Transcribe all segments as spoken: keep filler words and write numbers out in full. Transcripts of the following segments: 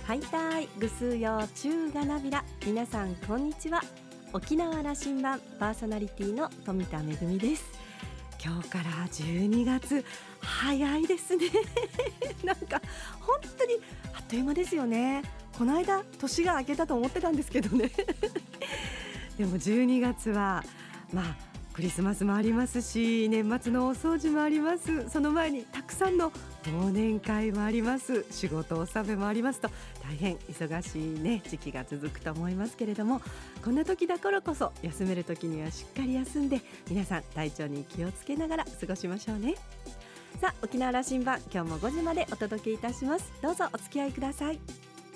はいたいぐすうようちゅうがなびら。皆さんこんにちは。沖縄羅針盤パーソナリティの富田恵です。今日からじゅうにがつ、早いですねなんか本当にあっという間ですよね。この間年が明けたと思ってたんですけどねでもじゅうにがつはまあクリスマスもありますし、年末のお掃除もあります。その前にたくさんの忘年会もあります。仕事納めもありますと、大変忙しい、ね、時期が続くと思いますけれども、こんな時だからこそ休める時にはしっかり休んで、皆さん体調に気をつけながら過ごしましょうね。さあ、沖縄羅針盤、今日もごじまでお届けいたします。どうぞお付き合いください。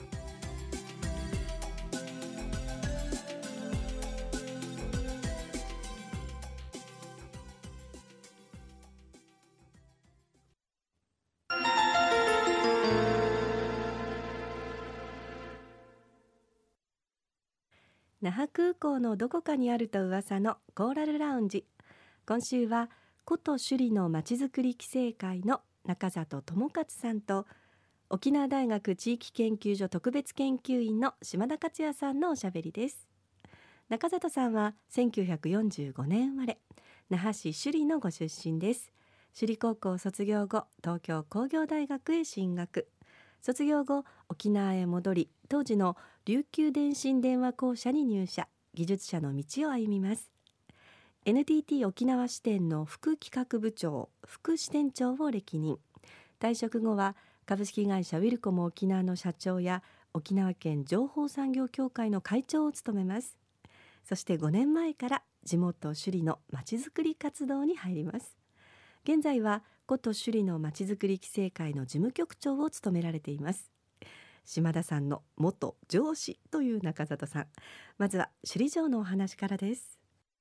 那覇空港のどこかにあると噂のコーラルラウンジ。今週は古都首里のまちづくり規制会の中里智勝さんと、沖縄大学地域研究所特別研究員の島田克也さんのおしゃべりです。中里さんはせんきゅうひゃくよんじゅうごねん生まれ、那覇市首里のご出身です。首里高校卒業後、東京工業大学へ進学。卒業後、沖縄へ戻り、当時の琉球電信電話公社に入社、技術者の道を歩みます。 エヌティーティー 沖縄支店の副企画部長、副支店長を歴任。退職後は株式会社ウィルコム沖縄の社長や沖縄県情報産業協会の会長を務めます。そしてごねんまえから地元首里のまちづくり活動に入ります。現在は古都首里のまちづくり規制会の事務局長を務められています。島田さんの元上司という中里さん、まずは首里城のお話からです。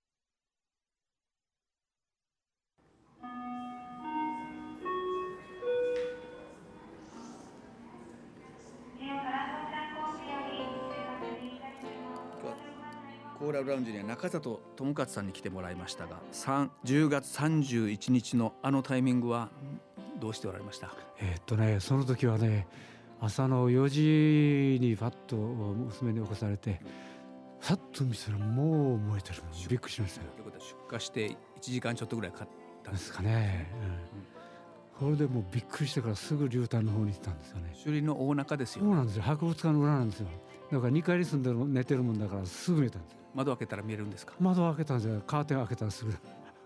コーラルラウンジには中里智勝さんに来てもらいましたが、じゅうがつさんじゅういちにちのあのタイミングはどうしておられました？ えーっとね、その時はね、朝のよじにパッと娘に起こされて、さっと見たらもう燃えてる。びっくりしましたよ。 ということは出荷していちじかんちょっとぐらいかかったんですかね、うん、それでもうびっくりしてからすぐ竜丹の方に行ったんですよね。 首里の大中ですよ、ね、 そうなんですよ。博物館の裏なんですよ。だからにかいに住んでる寝てるもんだからすぐ見えたんですよ。 窓開けたら見えるんですか？ 窓開けたんですよ。カーテン開けたらすぐ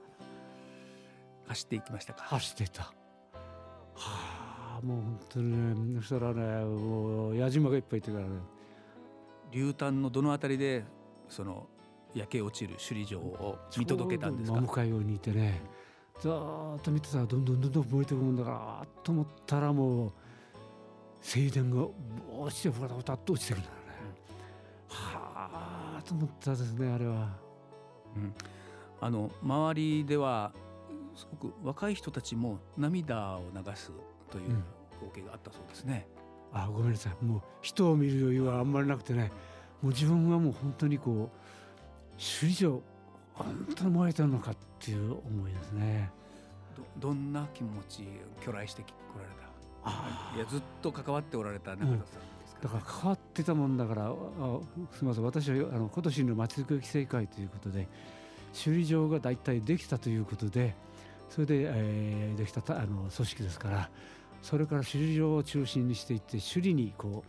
走っていきましたか？ 走っていった。はあ、もう本当にね、そしたらね、もう矢島がいっぱいいてからね。 竜丹のどのあたりでその焼け落ちる首里城を見届けたんですか？ 真向かいようにいてね、ずーっと見てたらどんどんどんどん燃えてくるもんだから、と思ったらもう正殿が落ちてふわたふわっと落ちてくるんだよね、うん、はあと思ったですね、あれは、 うん、あの周りではすごく若い人たちも涙を流すという光景があったそうですね、 うん、あ、ごめんなさい。もう人を見る余裕はあんまりなくてね、もう自分はもう本当にこう首里城本当に燃えてるのかっていう思いですね。 ど, どんな気持ち去来してこられた？いやずっと関わっておられた中田さんですか、ね、 うん、だから関わってたもんだから、あ、すみません、私はあの今年のまちづくり規制会ということで首里城がだいたいできたということで、それで、えー、できたあの組織ですから、それから首里城を中心にしていって首里にこ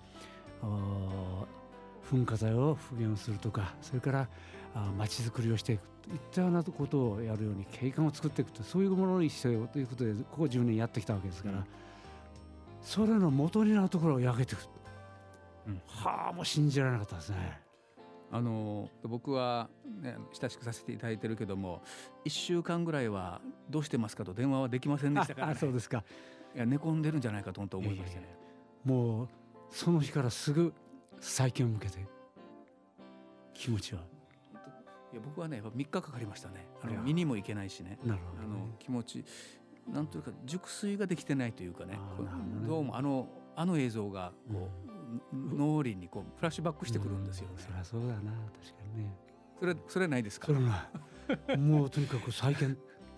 う噴火剤を復元するとか、それからまちづくりをしていくといったようなことをやるように景観を作っていくと、そういうものにしてようということでここじゅうねんやってきたわけですから、うん、それの元になるところを焼けていく、うん、はあ、もう信じられなかったですね。 あの僕は、ね、親しくさせていただいてるけども、いっしゅうかんぐらいはどうしてますかと電話はできませんでしたからね。 ああ、そうですか。 いや寝込んでるんじゃないかと思いましたね。 もうその日からすぐ再建を向けて気持ちは、 いや僕はねやっぱみっかかかりましたね。あの見にも行けないしね、 なるほどね、 あの気持ちなんというか熟睡ができてないというかね、 どね、 どうもあのあの映像がこう、うん、脳裏にこうフラッシュバックしてくるんですよね、うん、 そりゃそうだな、確かにね。 それそれはないですか？ それはないもうとにかく再建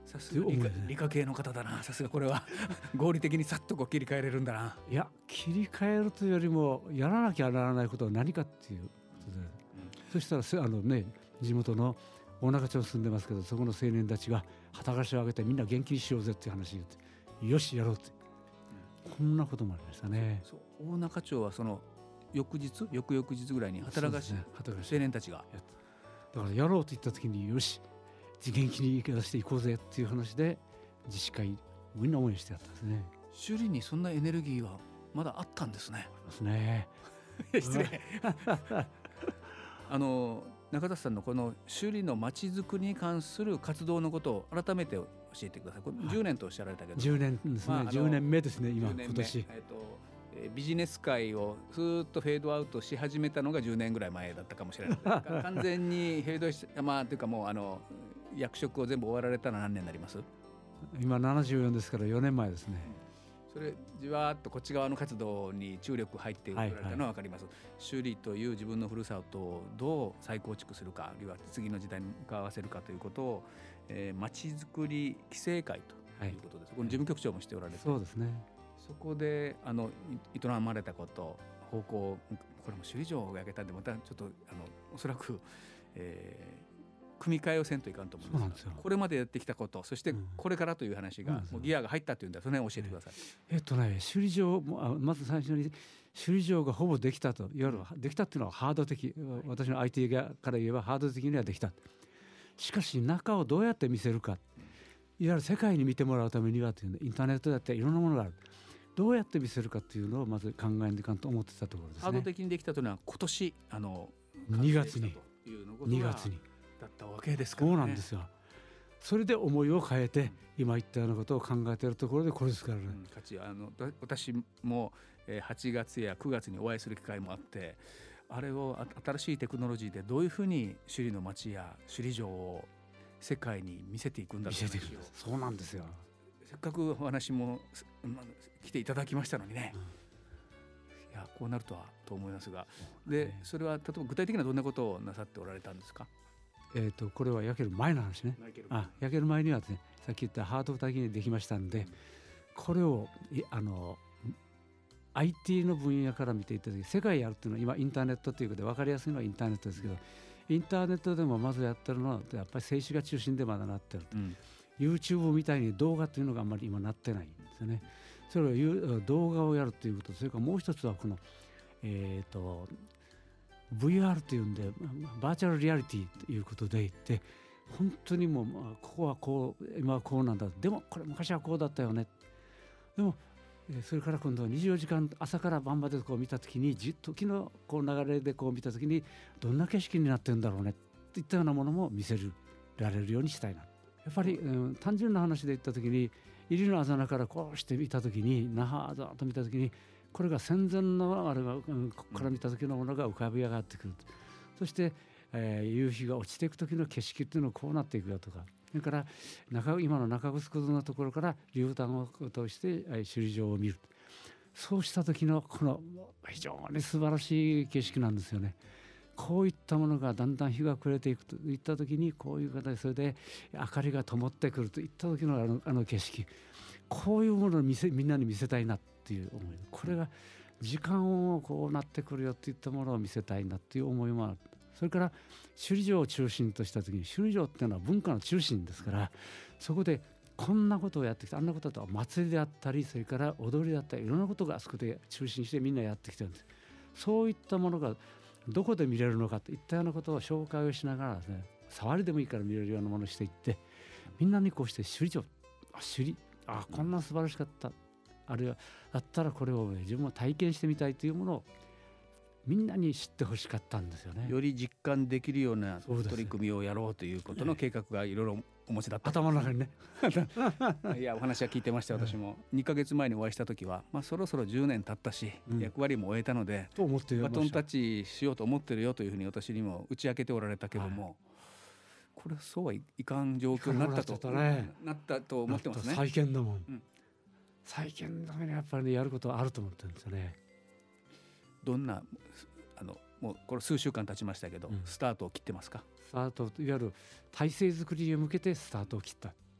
さすが理科、理科系の方だな。さすがこれは合理的にさっとこう切り替えれるんだな。 いや切り替えるというよりもやらなきゃならないことは何かっていうことで、うん、そしたらあの、ね、地元の大中町に住んでますけど、そこの青年たちが旗頭を上げてみんな元気にしようぜっていう話を言ってよしやろうって、うん、こんなこともありましたね。 そう、大中町はその翌日翌々日ぐらいに働かし、ね、青年たちがだからやろうと言った時によし元気に出していこうぜっていう話で自治会みんな応援してやったんですね。 首里にそんなエネルギーはまだあったんですね。 ありますね失礼あの中田さんのこの首里のまちづくりに関する活動のことを改めて教えてください。これじゅうねんとおっしゃられたけど、 じゅうねんですね、まあ、じゅうねんめですね今今年、 えーとビジネス界をスーッとフェードアウトし始めたのがじゅうねんぐらい前だったかもしれない完全にフェードし、まあというかもうあの役職を全部終わられたのは何年になります？ 今ななじゅうよんですからよねんまえですね。 それじわーっとこっち側の活動に注力入っておられたのは分かります、はいはい、首里という自分のふるさとをどう再構築するか、あるいは次の時代に向かわせるかということを、えー、町づくり規制会ということです、はい、この事務局長もしておられて、 そうですね。 そこであの営まれたこと方向、これも首里城を挙げたんでまたちょっとあのおそらく、えー、組み替えをせんといかんと思うんです。そうなんですよ。これまでやってきたこと、そしてこれからという話が、うん、もうギアが入ったというんで、その辺教えてください。 えー、えっとね首里城まず最初に首里城がほぼできたと、いわゆるできたっていうのはハード的、私の アイティー から言えばハード的にはできた。しかし中をどうやって見せるか、いわゆる世界に見てもらうためにはというのインターネットだっていろんなものがある。どうやって見せるかっていうのをまず考えていかんと思ってたところですね。 ハード的にできたというのは今年あのにがつににがつにだったわけですからね。 そうなんですよ。それで思いを変えて、うん、今言ったようなことを考えているところでこれですからね、うん、 価値あの私もはちがつやくがつにお会いする機会もあって、あれを新しいテクノロジーでどういうふうに首里の町や首里城を世界に見せていくんだという話を。 そうなんですよ。 せっかくお話も来ていただきましたのにね、うん、いやこうなるとはと思いますが、でそれは例えば具体的にはどんなことをなさっておられたんですか？ えー、とこれは焼ける前の話ね。あ焼ける前にはですね、さっき言ったハード的にできましたんで、うん、これをあの アイティー の分野から見ていただき、世界やるっていうのは今インターネットということで分かりやすいのはインターネットですけど、インターネットでもまずやってるのはやっぱり静止画中心でまだなってると、うん、YouTube みたいに動画というのがあんまり今なってないんですよね。それを動画をやるということ、それからもう一つはこの、えー、と ブイアール というんでバーチャルリアリティということでいって、本当にもうここはこう今はこうなんだ、でもこれ昔はこうだったよね、でもそれから今度はにじゅうよじかん朝から晩までこう見たときに、時のこう流れでこう見たときにどんな景色になってるんだろうねといったようなものも見せられるようにしたいな。やっぱり、うん、単純な話で言ったときに、入りのあざなからこうして見たときに、那覇だと見たときに、これが戦前のあれが、うん、ここから見た時のものが浮かび上がってくる、うん、そして、えー、夕日が落ちていく時の景色っていうのはこうなっていくよとか、それから中今の中城のところから竜丹を通して首里城を見る、そうした時のこの非常に素晴らしい景色なんですよね。こういったものがだんだん日が暮れていくといった時に、こういう形でそれで明かりが灯ってくるといった時のあの、あの景色、こういうものを見せみんなに見せたいなっていう思い、これが時間をこうなってくるよっていったものを見せたいなっていう思いもある。それから首里城を中心とした時に、首里城っていうのは文化の中心ですから、そこでこんなことをやってきた、あんなことだと祭りであったり、それから踊りであったり、いろんなことがあそこで中心してみんなやってきてるんです。そういったものがどこで見れるのかといったようなことを紹介をしながらですね、触りでもいいから見れるようなものをしていって、みんなにこうして首里城、あ首里あこんな素晴らしかった、あるいはだったらこれを自分も体験してみたいというものをみんなに知ってほしかったんですよね。 より実感できるような取り組みをやろうということの計画がいろいろお持ちだった、 頭の中にねいやお話は聞いてました。私もにかげつまえにお会いした時は、まあ、そろそろじゅうねん経ったし、うん、役割も終えたのでと思ってバトンタッチしようと思ってるよというふうに私にも打ち明けておられたけども、はい、これそうはいかん状況になったと、ね、なったと思ってますね。 再建だもん、うん、再建のためにやっぱり、ね、やることはあると思ってるんですよね。 どんなあのもうこれ数週間経ちましたけど、うん、スタートを切ってますか？ スタート、いわゆる体制づくりへ向けてスタートを切った。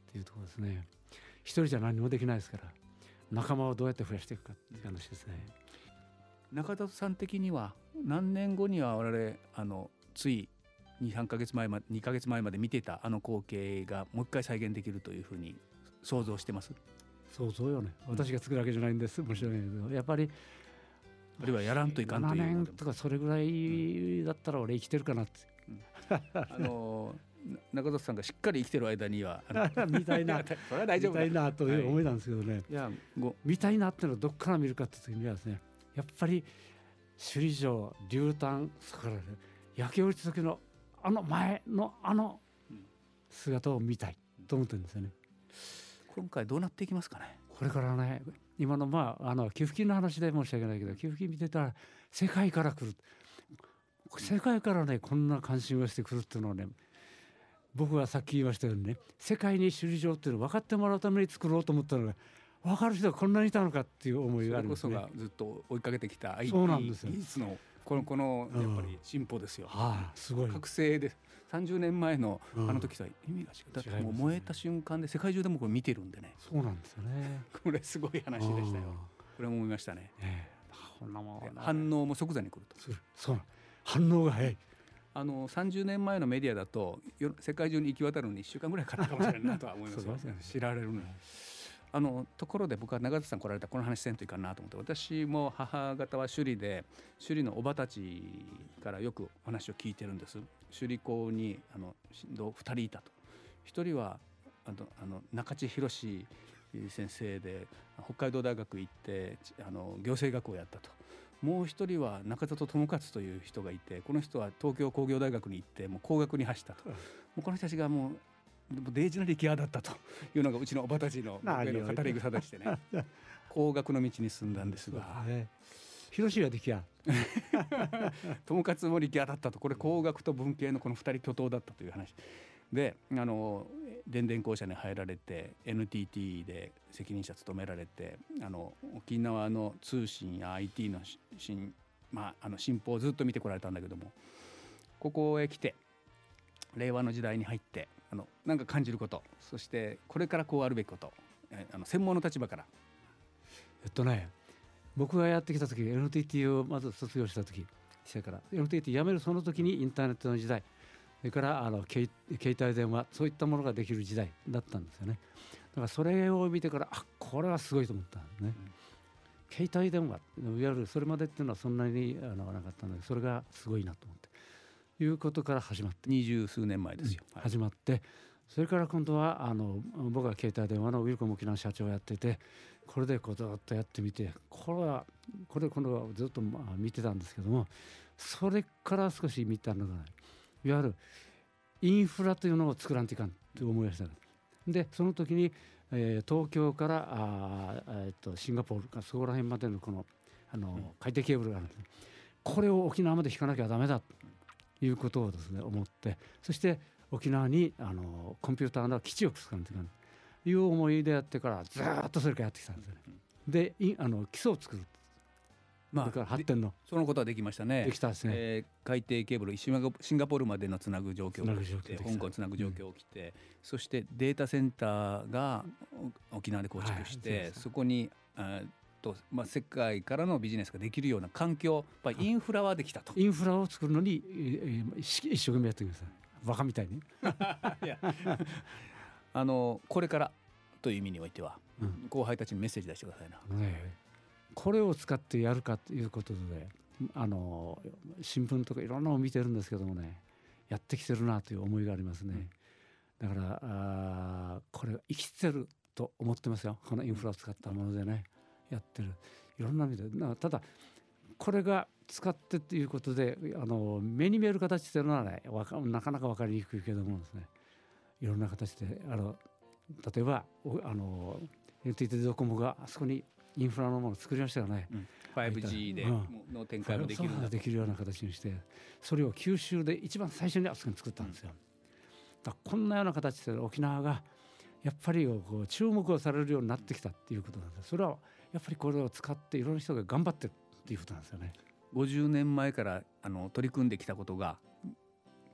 っていうところですね。一人じゃ何もできないですから、仲間をどうやって増やしていくかっていう話ですね。 中里さん的には何年後には我々あのついに、さんかげつまえまにかげつまえまで見ていたあの光景がもう一回再現できるというふうに想像してます？ 想像よね。私が作るわけじゃないんです。面白いけど、やっぱりあるいはやらんといかんというななねんとかそれぐらいだったら俺生きてるかなって、 うん、あの中里さんがしっかり生きてる間には見たいなそれは大丈夫だ見たいなという思いなんですけどね、はい、 いやご見たいなっていうのはどっから見るかって時にはですね、やっぱり首里城竜丹、そこから、ね、焼け落ちた時のあの前のあの姿を見たいと思ってるんですよね。 今回どうなっていきますかね。 これからね、今のまああの寄付金の話で申し訳ないけど、寄付金見てたら世界から来る、世界からねこんな関心をしてくるっていうのはね、僕はさっき言いましたようにね、世界に首里城っていうのを分かってもらうために作ろうと思ったのが、分かる人がこんなにいたのかっていう思いがありますね。 それこそがずっと追いかけてきた アイティー 技術のこのこのやっぱり進歩ですよ。 うん、はあ、すごい覚醒でさんじゅうねんまえのあの時とは意味が違う。だってもう燃えた瞬間で世界中でもこれ見てるんでね。 そうなんですよね。 これすごい話でしたよ。これも思いましたね。 ええ、こんなもん反応も即座に来ると。 そう、反応が早い。 あのさんじゅうねんまえのメディアだと世界中に行き渡るのにいっしゅうかんぐらいかかったかもしれないなとは思いますよ。知られるのに。あのところで僕は永田さん来られたこの話せんといかんなと思って、私も母方は首里で、首里のおばたちからよくお話を聞いてるんです。首里校にあのふたりいたと。ひとりはあのあの中地博先生で北海道大学行ってあの行政学をやったと。もう一人は中里智勝という人がいて、この人は東京工業大学に行ってもう工学に走ったと。もうこの人たちがもうデージな力也だったというのがうちのおばたちの語り草でしてね工学の道に進んだんですが、 広志は力也友勝も力也だったと。これ工学と文系のこのふたり巨頭だったという話で、あの電電公社に入られて エヌティーティー で責任者務められて、あの沖縄の通信や アイティー の進、まあ、あの進歩をずっと見てこられたんだけども、ここへ来て令和の時代に入ってあのなんか感じること、そしてこれからこうあるべきこと、あの専門の立場から。 えっとね僕がやってきた時 エヌティーティー をまず卒業した時、それから エヌティーティー 辞めるその時にインターネットの時代、それからあの携帯電話、そういったものができる時代だったんですよね。だからそれを見てから、あ、これはすごいと思ったんですね、うん、携帯電話いわゆるそれまでっていうのはそんなにあのなかったので、それがすごいなと思っていうことから始まって、 二十数年前ですよ、 うん、始まって、それから今度はあの僕は携帯電話のウィルコム沖縄社長をやっていて、これでこうずっとやってみて、これはこれ今度はずっと見てたんですけども、それから少し見たのが、いわゆるインフラというのを作らんといかんと思いました。でその時に、えー、東京からあ、えー、とシンガポールかそこら辺までのこの、あの、うん、海底ケーブルがあるんです。これを沖縄まで引かなきゃダメだということをですね思って、そして沖縄にあのコンピューターの基地を作らんといかんという思いでやってからずっとそれからやってきたんですよね。であの基礎を作る、まあ、それから発展のそのことはできましたね。 できたですね、 えー、海底ケーブルシンガポールまでのつなぐ状況が起きて、香港つなぐ状況が起きて、うん、そしてデータセンターが沖縄で構築して、はい、そこにあと、まあ、世界からのビジネスができるような環境、やっぱりインフラはできたと。 インフラを作るのに、えー、一生懸命やってください。バカみたいにいやあのこれからという意味においては、うん、後輩たちにメッセージ出してくださいな、 ね、これを使ってやるかということで、あの新聞とかいろんなのを見てるんですけどもね、やってきてるなという思いがありますね、うん、だからあこれ生きてると思ってますよ。このインフラを使ったものでねやってる、いろんな意味で。ただこれが使ってということであの目に見える形というのは、ね、わかなかなか分かりにくいけどもですね、いろんな形であの例えばあの エヌティーティー ドコモがあそこにインフラのものを作りましたよね、うん、 ファイブジー での展開もできるんだと、 できるような形にして、それを九州で一番最初にあそこに作ったんですよ、うん、だからこんなような形で沖縄がやっぱりこう注目をされるようになってきたっていうことなんです。それはやっぱりこれを使っていろんな人が頑張ってるっていうことなんですよね。 ごじゅうねんまえからあの取り組んできたことが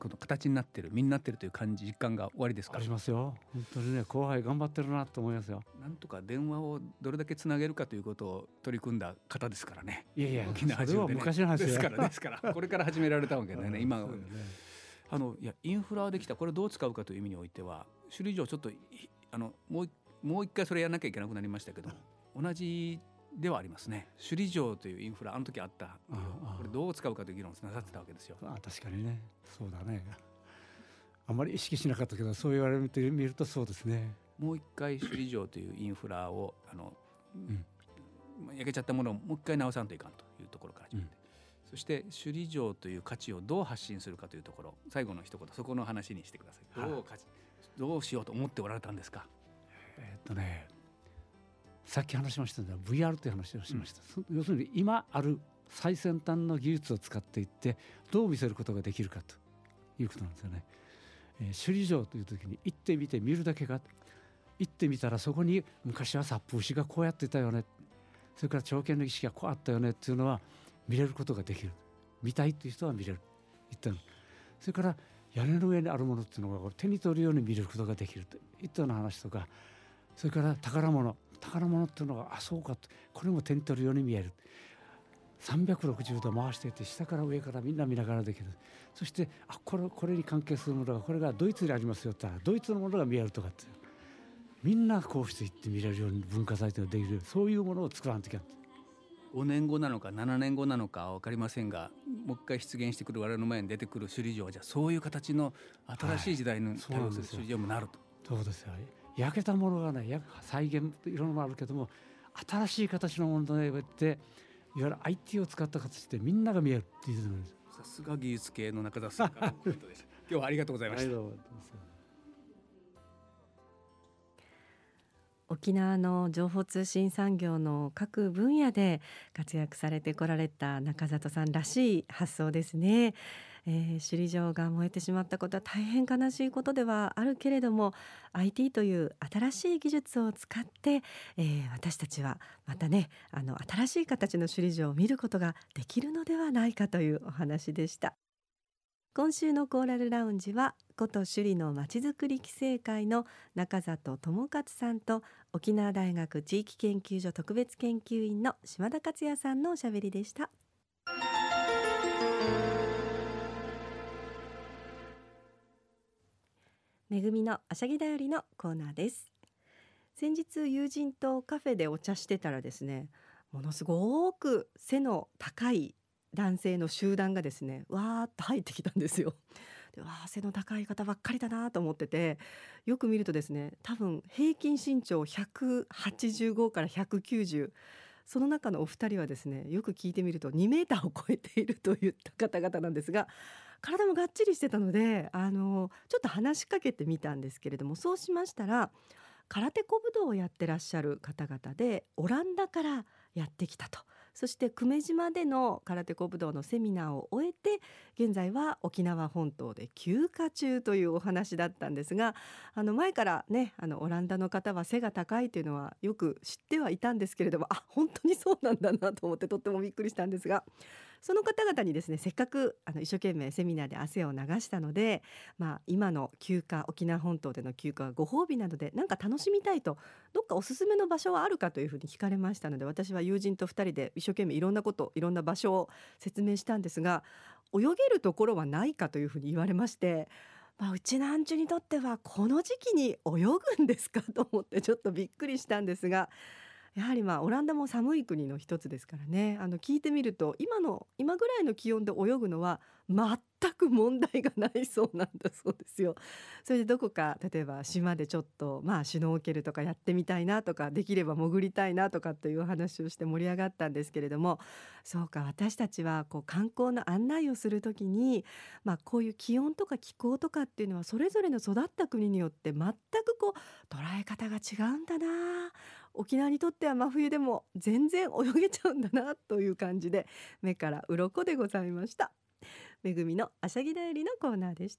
この形になってる、身になってるという感じ実感がおありですか？ ありますよ。本当にね、後輩頑張ってるなと思いますよ。 なんとか電話をどれだけつなげるかということを取り組んだ方ですからね。 いやいや、 沖縄それは中でね昔の話ですからですからこれから始められたわけでね今そうよねあのいやインフラはできた、これをどう使うかという意味においては首里城ちょっといあのもうもう一回それやらなきゃいけなくなりましたけど同じではありますね。首里城というインフラ、あの時あったああこれどう使うかという議論をなさってたわけですよ。 あ、確かにね、そうだね。あまり意識しなかったけど、そう言われてみるとそうですね。 もう一回首里城というインフラをあの、 うん焼けちゃったものをもう一回直さんといかんというところから始めて、うん、そして首里城という価値をどう発信するかというところ、最後の一言そこの話にしてください。どう価値、どうしようと思っておられたんですか？ えーっとねさっき話しましたのは ブイアール という話をしました、うん、要するに今ある最先端の技術を使っていってどう見せることができるかということなんですよね。えー、首里城という時に行ってみて見るだけが、行ってみたらそこに昔は殺風石がこうやってたよね、それから朝見の儀式がこうあったよねっていうのは見れることができる、見たいという人は見れる言ったの。それから屋根の上にあるものっていうのが手に取るように見れることができるといったような話とか、それから宝物宝物っていうのがあそうかと、これも手に取るように見える、さんびゃくろくじゅうど回していて下から上からみんな見ながらできる。そしてあこれこれに関係するものがこれがドイツにありますよってドイツのものが見えるとかって、みんなこうしていって見れるように文化財というのができる、そういうものを作らんといけない。 ごねんごなのかななねんごなのか分かりませんが、もう一回出現してくる我々の前に出てくる首里城はじゃあそういう形の新しい時代の対応する首里城もなると。 そうですよ。焼けたものがね、再現いろんなのもあるけども新しい形のものでいわゆる アイティー を使った形でみんなが見えるっていうのです。 さすが技術系の中田さんからのコメントでした。今日はありがとうございました。 沖縄の情報通信産業の各分野で活躍されてこられた中里さんらしい発想ですね。えー、首里城が燃えてしまったことは大変悲しいことではあるけれども アイティー という新しい技術を使って、えー、私たちはまたねあの新しい形の首里城を見ることができるのではないかというお話でした。今週のコーラルラウンジは古都首里のまちづくり規制会の中里智勝さんと沖縄大学地域研究所特別研究員の島田克也さんのおしゃべりでした。めぐみのあしゃぎだよりのコーナーです。先日友人とカフェでお茶してたらですね、ものすごく背の高い男性の集団がですねわーっと入ってきたんですよ。でわー背の高い方ばっかりだなと思ってて、よく見るとですね多分平均身長ひゃくはちじゅうごからひゃくきゅうじゅう、その中のお二人はですねよく聞いてみるとにメーターを超えているといった方々なんですが、体もがっちりしてたのであのちょっと話しかけてみたんですけれども、そうしましたら空手古武道をやってらっしゃる方々でオランダからやってきたと。そして久米島での空手古武道のセミナーを終えて現在は沖縄本島で休暇中というお話だったんですが、あの前からねあのオランダの方は背が高いというのはよく知ってはいたんですけれども、あ本当にそうなんだなと思ってとってもびっくりしたんですが、その方々にですねせっかくあの一生懸命セミナーで汗を流したので、まあ、今の休暇沖縄本島での休暇はご褒美なので何か楽しみたいと、どっかおすすめの場所はあるかというふうに聞かれましたので、私は友人とふたりで一生懸命いろんなこといろんな場所を説明したんですが、泳げるところはないかというふうに言われまして、まあ、うちなんちゅにとってはこの時期に泳ぐんですかと思ってちょっとびっくりしたんですが、やはりまあオランダも寒い国の一つですからね、あの聞いてみると今の今ぐらいの気温で泳ぐのは全く問題がないそうなんだそうですよ。それでどこか例えば島でちょっとまあシュノーケルとかやってみたいなとか、できれば潜りたいなとかっていう話をして盛り上がったんですけれども、そうか私たちはこう観光の案内をするときに、まあ、こういう気温とか気候とかっていうのはそれぞれの育った国によって全くこう捉え方が違うんだな、沖縄にとっては真冬でも全然泳げちゃうんだなという感じで目から鱗でございました。めぐみのあしゃぎだよりのコーナーでした。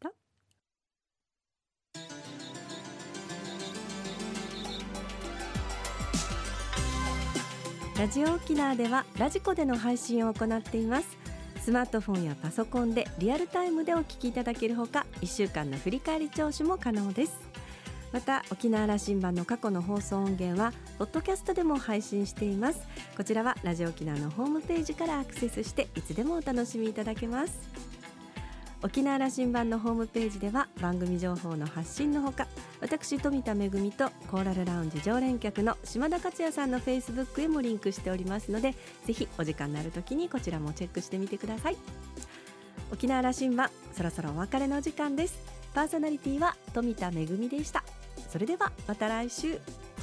ラジオ沖縄ではラジコでの配信を行っています。 スマートフォンやパソコンでリアルタイムでお聞きいただけるほか、いっしゅうかんの振り返り聴取も可能です。また沖縄羅針盤の過去の放送音源はポッドキャストでも配信しています。こちらはラジオ沖縄のホームページからアクセスしていつでもお楽しみいただけます。沖縄羅針盤のホームページでは番組情報の発信のほか、私富田恵とコーラルラウンジ常連客の島田克也さんのフェイスブックへもリンクしておりますので、ぜひお時間のある時にこちらもチェックしてみてください。沖縄羅針盤、そろそろお別れの時間です。パーソナリティは富田恵でした。それではまた来週。